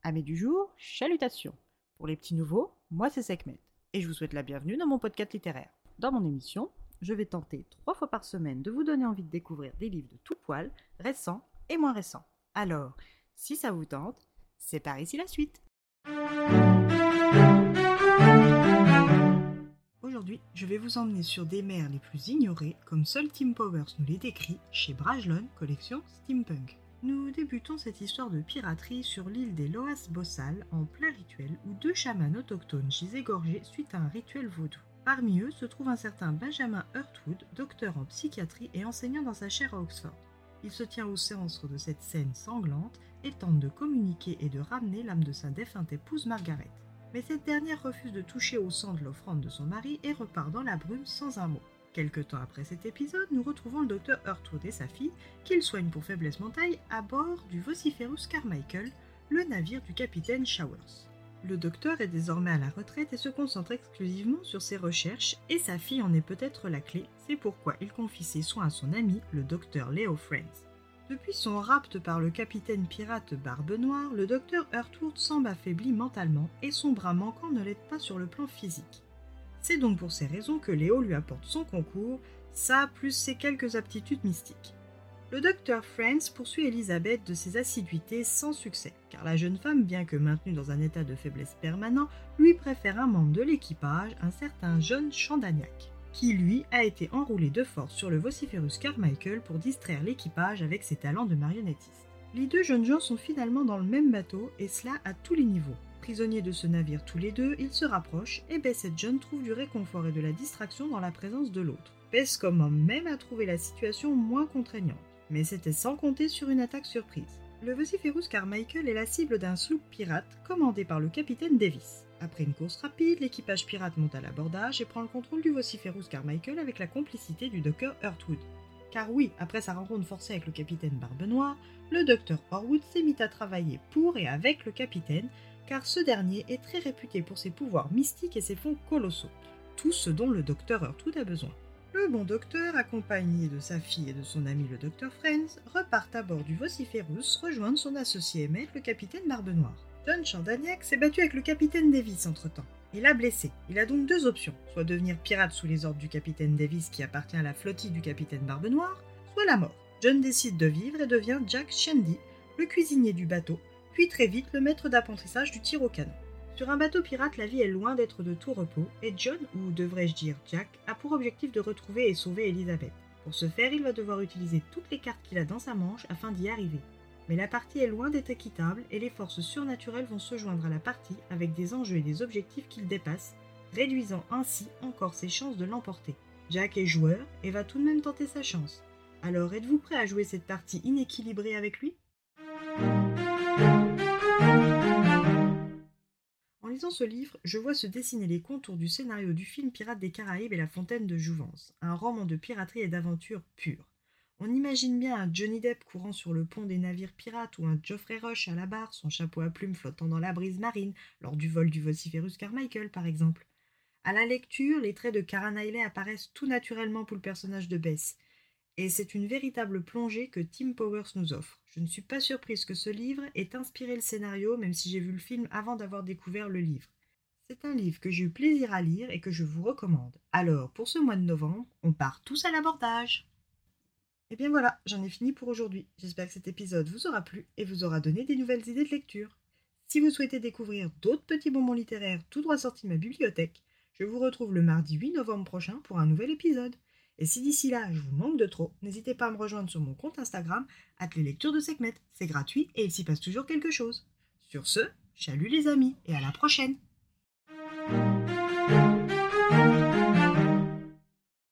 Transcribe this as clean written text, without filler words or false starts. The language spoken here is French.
Amis du jour, chalutations. Pour les petits nouveaux, moi c'est Sekhmet et je vous souhaite la bienvenue dans mon podcast littéraire. Dans mon émission, je vais tenter 3 fois par semaine de vous donner envie de découvrir des livres de tout poil, récents et moins récents. Alors, si ça vous tente, c'est par ici la suite. Aujourd'hui, je vais vous emmener sur des mers les plus ignorées, comme seul Tim Powers nous les décrit, chez Brajlon, collection Steampunk. Nous débutons cette histoire de piraterie sur l'île des Loas Bossal, en plein rituel, où 2 chamans autochtones gisent égorgés suite à un rituel vaudou. Parmi eux se trouve un certain Benjamin Hurtwood, docteur en psychiatrie et enseignant dans sa chaire à Oxford. Il se tient au centre de cette scène sanglante et tente de communiquer et de ramener l'âme de sa défunte épouse Margaret. Mais cette dernière refuse de toucher au sang de l'offrande de son mari et repart dans la brume sans un mot. Quelque temps après cet épisode, nous retrouvons le docteur Hurtwood et sa fille, qu'il soigne pour faiblesse mentale, à bord du Vociferous Carmichael, le navire du capitaine Showers. Le docteur est désormais à la retraite et se concentre exclusivement sur ses recherches, et sa fille en est peut-être la clé, c'est pourquoi il confie ses soins à son ami, le docteur Leo Friends. Depuis son rapt par le capitaine pirate Barbe Noire, le docteur Hurtwood semble affaibli mentalement, et son bras manquant ne l'aide pas sur le plan physique. C'est donc pour ces raisons que Léo lui apporte son concours, ça plus ses quelques aptitudes mystiques. Le docteur Friends poursuit Elisabeth de ses assiduités sans succès, car la jeune femme, bien que maintenue dans un état de faiblesse permanent, lui préfère un membre de l'équipage, un certain John Chandaniac, qui lui a été enroulé de force sur le Vociferous Carmichael pour distraire l'équipage avec ses talents de marionnettiste. Les 2 jeunes gens sont finalement dans le même bateau, et cela à tous les niveaux. Prisonniers de ce navire tous les 2, ils se rapprochent et Bess et John trouvent du réconfort et de la distraction dans la présence de l'autre. Bess commence même à trouver la situation moins contraignante. Mais c'était sans compter sur une attaque surprise. Le Vociferous Carmichael est la cible d'un sloop pirate commandé par le capitaine Davis. Après une course rapide, l'équipage pirate monte à l'abordage et prend le contrôle du Vociferous Carmichael avec la complicité du docteur Hurtwood. Car oui, après sa rencontre forcée avec le capitaine Barbe Noire, le docteur Hurtwood s'est mis à travailler pour et avec le capitaine, car ce dernier est très réputé pour ses pouvoirs mystiques et ses fonds colossaux, tout ce dont le docteur Hurtwood a besoin. Le bon docteur, accompagné de sa fille et de son ami le docteur Friends, repart à bord du Vociferous rejoindre son associé maître, le capitaine Barbe Noire. John Chandaniac s'est battu avec le capitaine Davis entre-temps. Il a blessé. Il a donc 2 options, soit devenir pirate sous les ordres du capitaine Davis qui appartient à la flottille du capitaine Barbe Noire, soit la mort. John décide de vivre et devient Jack Shandy, le cuisinier du bateau, puis très vite le maître d'apprentissage du tir au canon. Sur un bateau pirate, la vie est loin d'être de tout repos, et John, ou devrais-je dire Jack, a pour objectif de retrouver et sauver Elisabeth. Pour ce faire, il va devoir utiliser toutes les cartes qu'il a dans sa manche afin d'y arriver. Mais la partie est loin d'être équitable, et les forces surnaturelles vont se joindre à la partie avec des enjeux et des objectifs qu'il dépasse, réduisant ainsi encore ses chances de l'emporter. Jack est joueur, et va tout de même tenter sa chance. Alors êtes-vous prêt à jouer cette partie inéquilibrée avec lui ? En lisant ce livre, je vois se dessiner les contours du scénario du film Pirates des Caraïbes et la Fontaine de Jouvence, un roman de piraterie et d'aventure pure. On imagine bien un Johnny Depp courant sur le pont des navires pirates ou un Geoffrey Rush à la barre, son chapeau à plumes flottant dans la brise marine, lors du vol du Vociferous Carmichael par exemple. À la lecture, les traits de Kara Knightley apparaissent tout naturellement pour le personnage de Bess. Et c'est une véritable plongée que Tim Powers nous offre. Je ne suis pas surprise que ce livre ait inspiré le scénario, même si j'ai vu le film avant d'avoir découvert le livre. C'est un livre que j'ai eu plaisir à lire et que je vous recommande. Alors, pour ce mois de novembre, on part tous à l'abordage. Et bien voilà, j'en ai fini pour aujourd'hui. J'espère que cet épisode vous aura plu et vous aura donné des nouvelles idées de lecture. Si vous souhaitez découvrir d'autres petits bonbons littéraires tout droit sortis de ma bibliothèque, je vous retrouve le mardi 8 novembre prochain pour un nouvel épisode. Et si d'ici là, je vous manque de trop, n'hésitez pas à me rejoindre sur mon compte Instagram, @leslecturesdesekhmet. C'est gratuit et il s'y passe toujours quelque chose. Sur ce, chalut les amis et à la prochaine!